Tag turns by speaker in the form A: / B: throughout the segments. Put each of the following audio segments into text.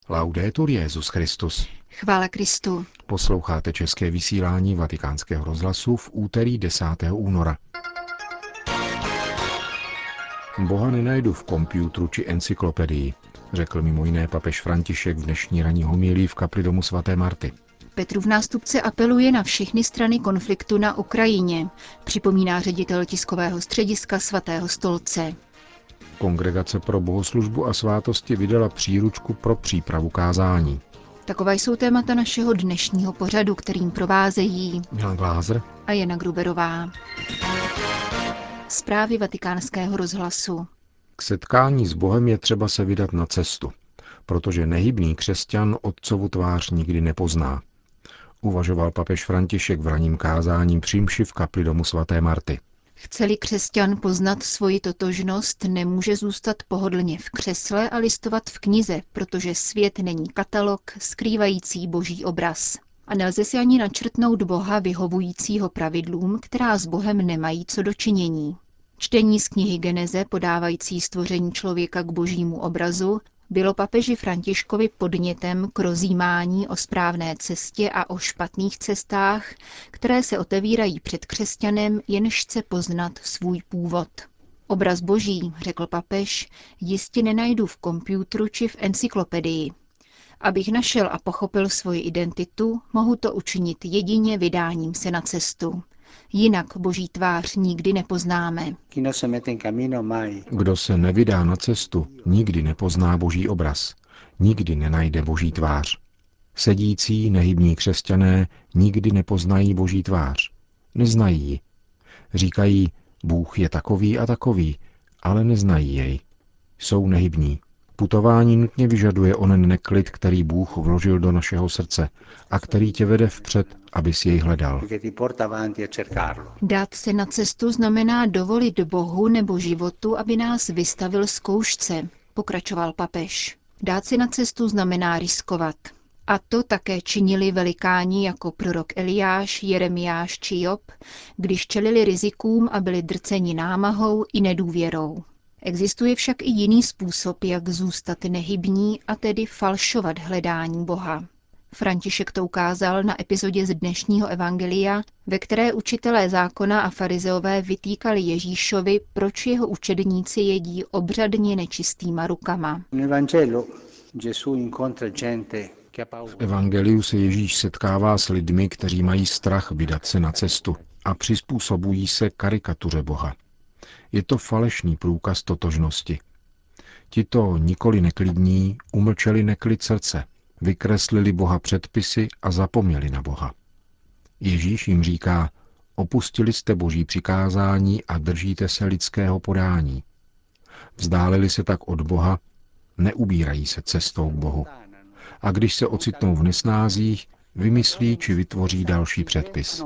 A: Laudetur Jesus Christus.
B: Chvála Kristu.
A: Posloucháte české vysílání Vatikánského rozhlasu v úterý 10. února. Boha nenajdu v kompjútru či encyklopedii, řekl mimo jiné papež František v dnešní ranní homilii v kapli domu svaté Marty.
B: Petrův nástupce apeluje na všechny strany konfliktu na Ukrajině, připomíná ředitel tiskového střediska Svatého stolce.
A: Kongregace pro bohoslužbu a svátosti vydala příručku pro přípravu kázání.
B: Taková jsou témata našeho dnešního pořadu, kterým provázejí
A: Milan Glázer
B: a Jana Gruberová. Zprávy Vatikánského rozhlasu.
A: K setkání s Bohem je třeba se vydat na cestu, protože nehybný křesťan otcovu tvář nikdy nepozná. Uvažoval papež František v ranním kázání při mši v kapli domu svaté Marty.
B: Chce-li křesťan poznat svoji totožnost, nemůže zůstat pohodlně v křesle a listovat v knize, protože svět není katalog skrývající boží obraz. A nelze si ani načrtnout Boha vyhovujícího pravidlům, která s Bohem nemají co dočinění. Čtení z knihy Geneze, podávající stvoření člověka k božímu obrazu, bylo papeži Františkovi podnětem k rozjímání o správné cestě a o špatných cestách, které se otevírají před křesťanem, jenž chce poznat svůj původ. Obraz boží, řekl papež, jistě nenajdu v kompjútru či v encyklopedii. Abych našel a pochopil svoji identitu, mohu to učinit jedině vydáním se na cestu. Jinak boží tvář nikdy nepoznáme.
A: Kdo se nevydá na cestu, nikdy nepozná boží obraz, nikdy nenajde boží tvář. Sedící, nehybní křesťané nikdy nepoznají boží tvář. Neznají ji. Říkají, Bůh je takový a takový, ale neznají jej. Jsou nehybní. Putování nutně vyžaduje onen neklid, který Bůh vložil do našeho srdce a který tě vede vpřed, abys jej hledal.
B: Dát se na cestu znamená dovolit Bohu nebo životu, aby nás vystavil zkoušce, pokračoval papež. Dát se na cestu znamená riskovat. A to také činili velikáni jako prorok Eliáš, Jeremiáš či Job, když čelili rizikům a byli drceni námahou i nedůvěrou. Existuje však i jiný způsob, jak zůstat nehybní, a tedy falšovat hledání Boha. František to ukázal na epizodě z dnešního evangelia, ve které učitelé zákona a farizeové vytýkali Ježíšovi, proč jeho učedníci jedí obřadně nečistýma rukama.
A: V evangeliu se Ježíš setkává s lidmi, kteří mají strach vydat se na cestu a přizpůsobují se karikatuře Boha. Je to falešný průkaz totožnosti. Tito nikoli neklidní umlčeli neklid srdce, vykreslili Boha předpisy a zapomněli na Boha. Ježíš jim říká, opustili jste boží přikázání a držíte se lidského podání. Vzdálili se tak od Boha, neubírají se cestou k Bohu. A když se ocitnou v nesnázích, vymyslí či vytvoří další předpis.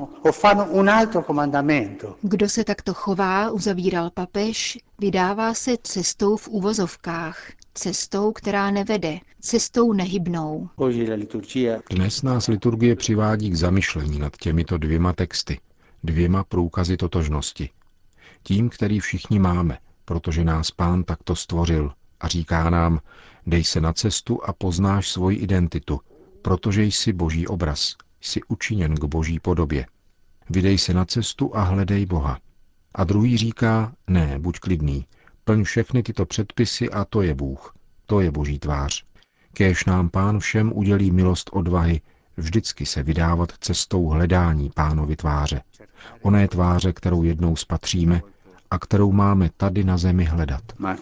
B: Kdo se takto chová, uzavíral papež, vydává se cestou v uvozovkách, cestou, která nevede, cestou nehybnou.
A: Dnes nás liturgie přivádí k zamyšlení nad těmito dvěma texty, dvěma průkazy totožnosti. Tím, který všichni máme, protože nás Pán takto stvořil a říká nám, dej se na cestu a poznáš svoji identitu, protože jsi boží obraz, jsi učiněn k boží podobě. Vydej se na cestu a hledej Boha. A druhý říká, ne, buď klidný, plň všechny tyto předpisy a to je Bůh, to je boží tvář. Kéž nám Pán všem udělí milost odvahy vždycky se vydávat cestou hledání Pánovy tváře. Oné tváře, kterou jednou spatříme a kterou máme tady na zemi hledat.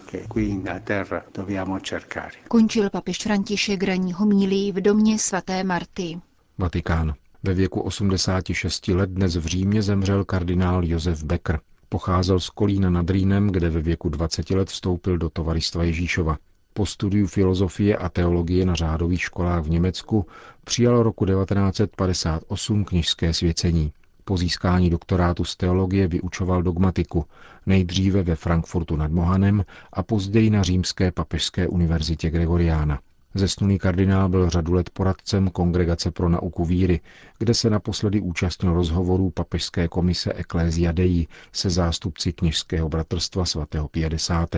B: Končil papež František ranní homilii v domě svaté Marty.
A: Vatikán. Ve věku 86 let dnes v Římě zemřel kardinál Josef Becker. Pocházel z Kolína nad Rýnem, kde ve věku 20 let vstoupil do Tovaristva Ježíšova. Po studiu filozofie a teologie na řádových školách v Německu přijal roku 1958 kněžské svěcení. Po získání doktorátu z teologie vyučoval dogmatiku, nejdříve ve Frankfurtu nad Mohanem a později na Římské papežské univerzitě Gregoriana. Zesnulý kardinál byl řadu let poradcem Kongregace pro nauku víry, kde se naposledy účastnil rozhovorů papežské komise Ecclesia Dei se zástupci kněžského bratrstva svatého Pia X.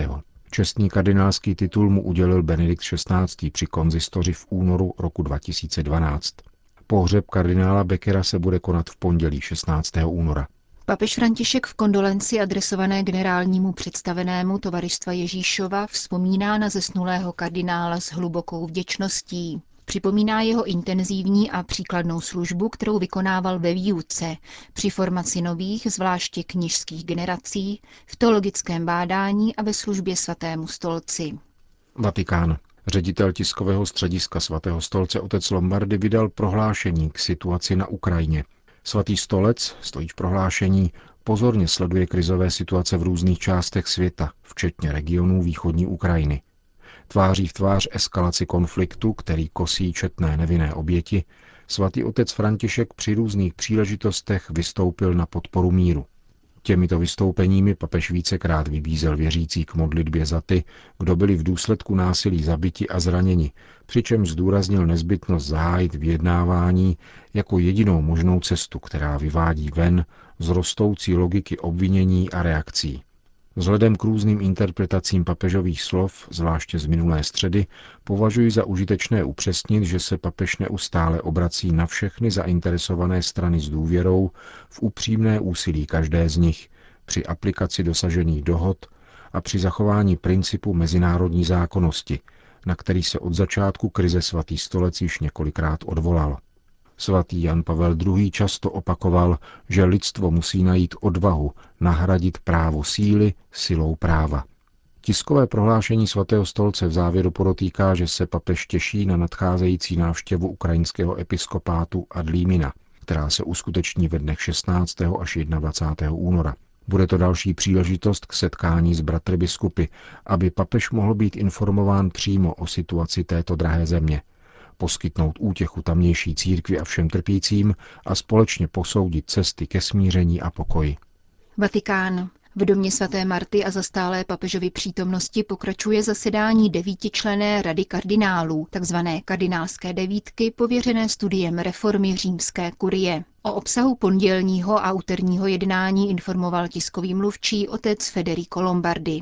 A: Čestný kardinálský titul mu udělil Benedikt XVI. Při konzistoři v únoru roku 2012. Pohřeb kardinála Beckera se bude konat v pondělí 16. února.
B: Papež František v kondolenci adresované generálnímu představenému Tovaristva Ježíšova vzpomíná na zesnulého kardinála s hlubokou vděčností. Připomíná jeho intenzivní a příkladnou službu, kterou vykonával ve výuce, při formaci nových, zvláště kněžských generací, v teologickém bádání a ve službě svatému stolci.
A: Vatikán. Ředitel tiskového střediska svatého stolce otec Lombardy vydal prohlášení k situaci na Ukrajině. Svatý stolec, stojí v prohlášení, pozorně sleduje krizové situace v různých částech světa, včetně regionů východní Ukrajiny. Tváří v tvář eskalaci konfliktu, který kosí četné nevinné oběti, svatý otec František při různých příležitostech vystoupil na podporu míru. Těmito vystoupeními papež vícekrát vybízel věřící k modlitbě za ty, kdo byli v důsledku násilí zabiti a zraněni, přičemž zdůraznil nezbytnost zahájit vyjednávání jako jedinou možnou cestu, která vyvádí ven z rostoucí logiky obvinění a reakcí. Vzhledem k různým interpretacím papežových slov, zvláště z minulé středy, považuji za užitečné upřesnit, že se papež neustále obrací na všechny zainteresované strany s důvěrou v upřímné úsilí každé z nich, při aplikaci dosažených dohod a při zachování principu mezinárodní zákonnosti, na který se od začátku krize svatý stolec již několikrát odvolal. Svatý Jan Pavel II. Často opakoval, že lidstvo musí najít odvahu nahradit právo síly silou práva. Tiskové prohlášení svatého stolce v závěru podotýká, že se papež těší na nadcházející návštěvu ukrajinského episkopátu Adlímina, která se uskuteční ve dnech 16. až 21. února. Bude to další příležitost k setkání s bratry biskupy, aby papež mohl být informován přímo o situaci této drahé země, poskytnout útěchu tamnější církvi a všem trpícím a společně posoudit cesty ke smíření a pokoji.
B: Vatikán. V domě svaté Marty a za stálé papežovy přítomnosti pokračuje zasedání 9členné rady kardinálů, takzvané kardinálské devítky, pověřené studiem reformy římské kurie. O obsahu pondělního a úterního jednání informoval tiskový mluvčí otec Federico Lombardi.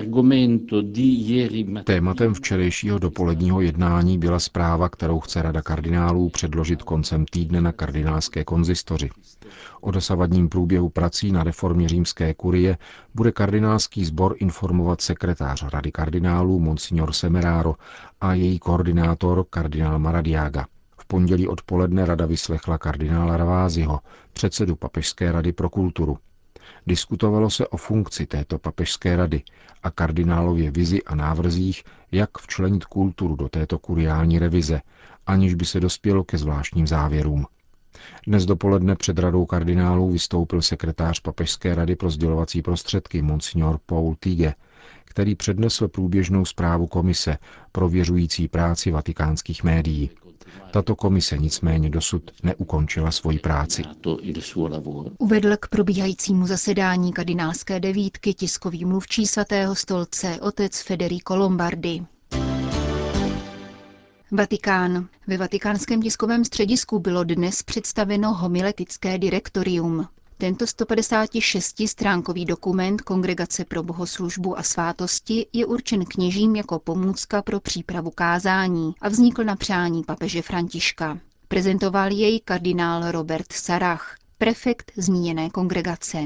A: Tématem včerejšího dopoledního jednání byla zpráva, kterou chce Rada kardinálů předložit koncem týdne na kardinálské konzistoři. O dosavadním průběhu prací na reformě římské kurie bude kardinálský sbor informovat sekretář Rady kardinálů Monsignor Semeraro a její koordinátor kardinál Maradiaga. V pondělí odpoledne rada vyslechla kardinála Raváziho, předsedu Papežské rady pro kulturu. Diskutovalo se o funkci této papežské rady a kardinálově vizi a návrzích, jak včlenit kulturu do této kuriální revize, aniž by se dospělo ke zvláštním závěrům. Dnes dopoledne před radou kardinálů vystoupil sekretář Papežské rady pro sdělovací prostředky Monsignor Paul Tige, který přednesl průběžnou zprávu komise prověřující práci vatikánských médií. Tato komise nicméně dosud neukončila svoji práci.
B: Uvedl k probíhajícímu zasedání kardinálské devítky tiskový mluvčí svatého stolce otec Federico Lombardi. Vatikán. Ve vatikánském tiskovém středisku bylo dnes představeno homiletické direktorium. Tento 156stránkový dokument Kongregace pro bohoslužbu a svátosti je určen kněžím jako pomůcka pro přípravu kázání a vznikl na přání papeže Františka. Prezentoval jej kardinál Robert Sarach, prefekt zmíněné kongregace.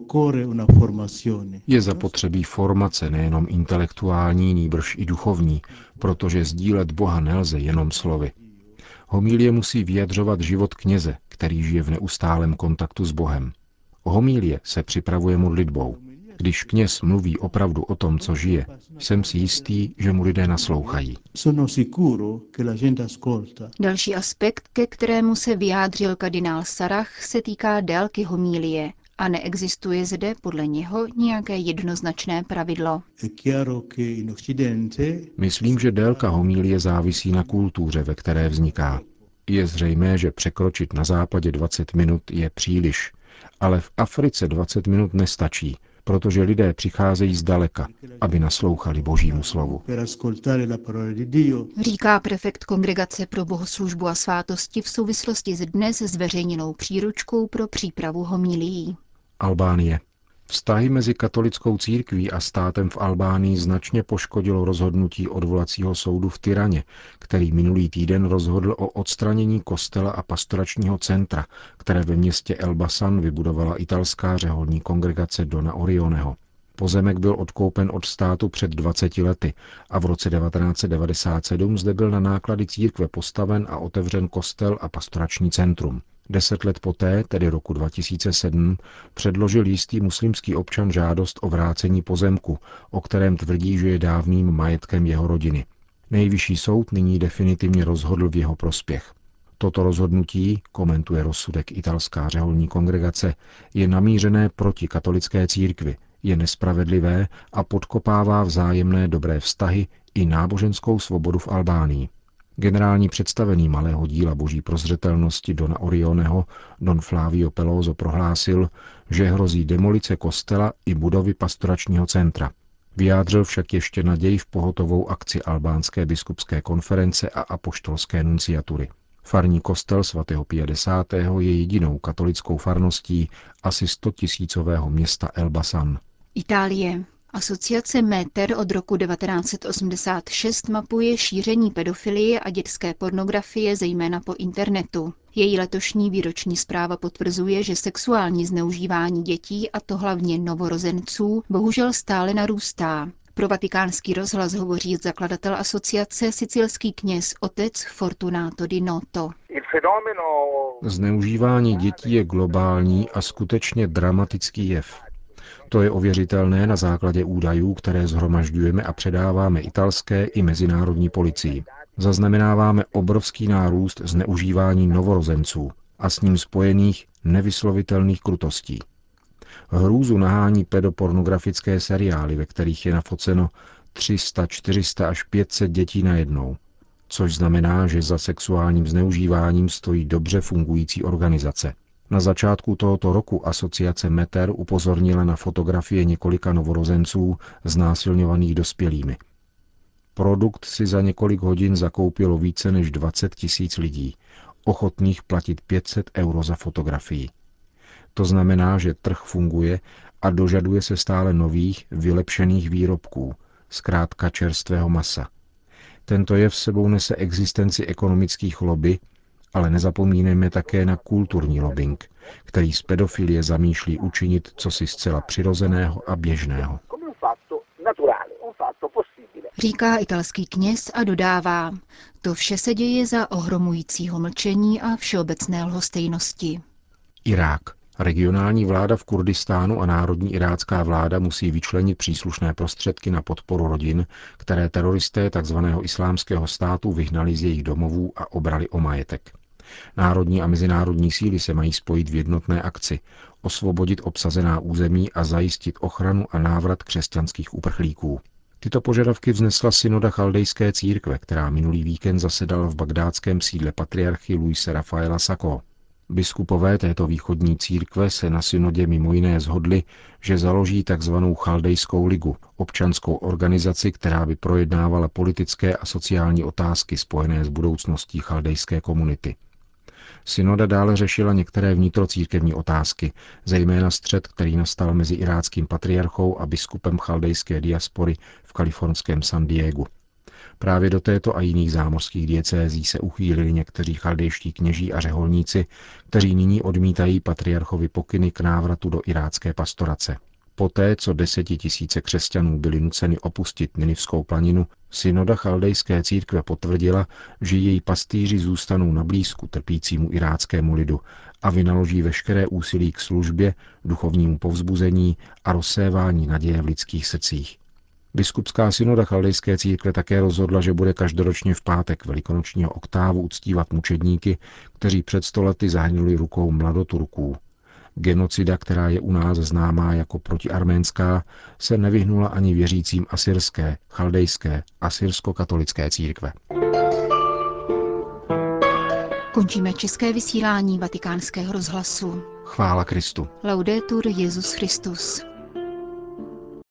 A: Je zapotřebí formace nejenom intelektuální, nýbrž i duchovní, protože sdílet Boha nelze jenom slovy. Homilie musí vyjadřovat život kněze, který žije v neustálém kontaktu s Bohem. Homilie se připravuje modlitbou. Když kněz mluví opravdu o tom, co žije, jsem si jistý, že mu lidé naslouchají.
B: Další aspekt, ke kterému se vyjádřil kardinál Sarach, se týká délky homilie a neexistuje zde podle něho nějaké jednoznačné pravidlo.
A: Myslím, že délka homilie závisí na kultuře, ve které vzniká. Je zřejmé, že překročit na západě 20 minut je příliš, ale v Africe 20 minut nestačí, protože lidé přicházejí zdaleka, aby naslouchali Božímu slovu.
B: Říká prefekt Kongregace pro bohoslužbu a svátosti v souvislosti s dnes zveřejněnou příručkou pro přípravu homilií.
A: Albánie. Vztahy mezi katolickou církví a státem v Albánii značně poškodilo rozhodnutí odvolacího soudu v Tiraně, který minulý týden rozhodl o odstranění kostela a pastoračního centra, které ve městě Elbasan vybudovala italská řeholní kongregace Dona Orioneho. Pozemek byl odkoupen od státu před 20 lety a v roce 1997 zde byl na náklady církve postaven a otevřen kostel a pastorační centrum. 10 let poté, tedy roku 2007, předložil jistý muslimský občan žádost o vrácení pozemku, o kterém tvrdí, že je dávným majetkem jeho rodiny. Nejvyšší soud nyní definitivně rozhodl v jeho prospěch. Toto rozhodnutí, komentuje rozsudek italská řeholní kongregace, je namířené proti katolické církvi, je nespravedlivé a podkopává vzájemné dobré vztahy i náboženskou svobodu v Albánii. Generální představený malého díla boží prozřetelnosti Dona Orioneho, Don Flavio Peloso, prohlásil, že hrozí demolice kostela i budovy pastoračního centra. Vyjádřil však ještě naději v pohotovou akci albánské biskupské konference a apoštolské nunciatury. Farní kostel svatého Pia X. je jedinou katolickou farností asi 100 000 města Elbasan.
B: Itálie. Asociace Meter od roku 1986 mapuje šíření pedofilie a dětské pornografie zejména po internetu. Její letošní výroční zpráva potvrzuje, že sexuální zneužívání dětí, a to hlavně novorozenců, bohužel stále narůstá. Pro Vatikánský rozhlas hovoří zakladatel asociace, sicilský kněz otec Fortunato Di Noto.
A: Zneužívání dětí je globální a skutečně dramatický jev. To je ověřitelné na základě údajů, které shromažďujeme a předáváme italské i mezinárodní policii. Zaznamenáváme obrovský nárůst zneužívání novorozenců a s ním spojených nevyslovitelných krutostí. Hrůzu nahání pedopornografické seriály, ve kterých je nafoceno 300, 400 až 500 dětí najednou, což znamená, že za sexuálním zneužíváním stojí dobře fungující organizace. Na začátku tohoto roku asociace Meter upozornila na fotografie několika novorozenců znásilňovaných dospělými. Produkt si za několik hodin zakoupilo více než 20 000 lidí, ochotných platit 500 € za fotografii. To znamená, že trh funguje a dožaduje se stále nových, vylepšených výrobků, zkrátka čerstvého masa. Tento jev sebou nese existenci ekonomických lobby, ale nezapomínejme také na kulturní lobbying, který z pedofilie zamýšlí učinit cosi zcela přirozeného a běžného.
B: Říká italský kněz a dodává, to vše se děje za ohromujícího mlčení a všeobecné lhostejnosti.
A: Irák. Regionální vláda v Kurdistánu a národní irácká vláda musí vyčlenit příslušné prostředky na podporu rodin, které teroristé tzv. Islámského státu vyhnali z jejich domovů a obrali o majetek. Národní a mezinárodní síly se mají spojit v jednotné akci, osvobodit obsazená území a zajistit ochranu a návrat křesťanských uprchlíků. Tyto požadavky vznesla synoda chaldejské církve, která minulý víkend zasedala v bagdátském sídle patriarchy Luise Rafaela Sacco. Biskupové této východní církve se na synodě mimo jiné shodli, že založí tzv. Chaldejskou ligu, občanskou organizaci, která by projednávala politické a sociální otázky spojené s budoucností chaldejské komunity. Synoda dále řešila některé vnitrocírkevní otázky, zejména střet, který nastal mezi iráckým patriarchou a biskupem chaldejské diaspory v kalifornském San Diegu. Právě do této a jiných zámořských diecézí se uchýlili někteří chaldejští kněží a řeholníci, kteří nyní odmítají patriarchovi pokyny k návratu do irácké pastorace. Poté, co 10 000 křesťanů byli nuceni opustit Ninivskou planinu, synoda chaldejské církve potvrdila, že její pastýři zůstanou na blízku trpícímu iráckému lidu a vynaloží veškeré úsilí k službě, duchovnímu povzbuzení a rozsévání naděje v lidských srdcích. Biskupská synoda chaldejské církve také rozhodla, že bude každoročně v pátek velikonočního oktávu uctívat mučedníky, kteří před 100 lety zahynuli rukou mladoturků. Genocida, která je u nás známá jako protiarménská, se nevyhnula ani věřícím asyrské, chaldejské, asyrsko-katolické církve.
B: Končíme české vysílání Vatikánského rozhlasu.
A: Chvála Kristu.
B: Laudetur Jesus Christus.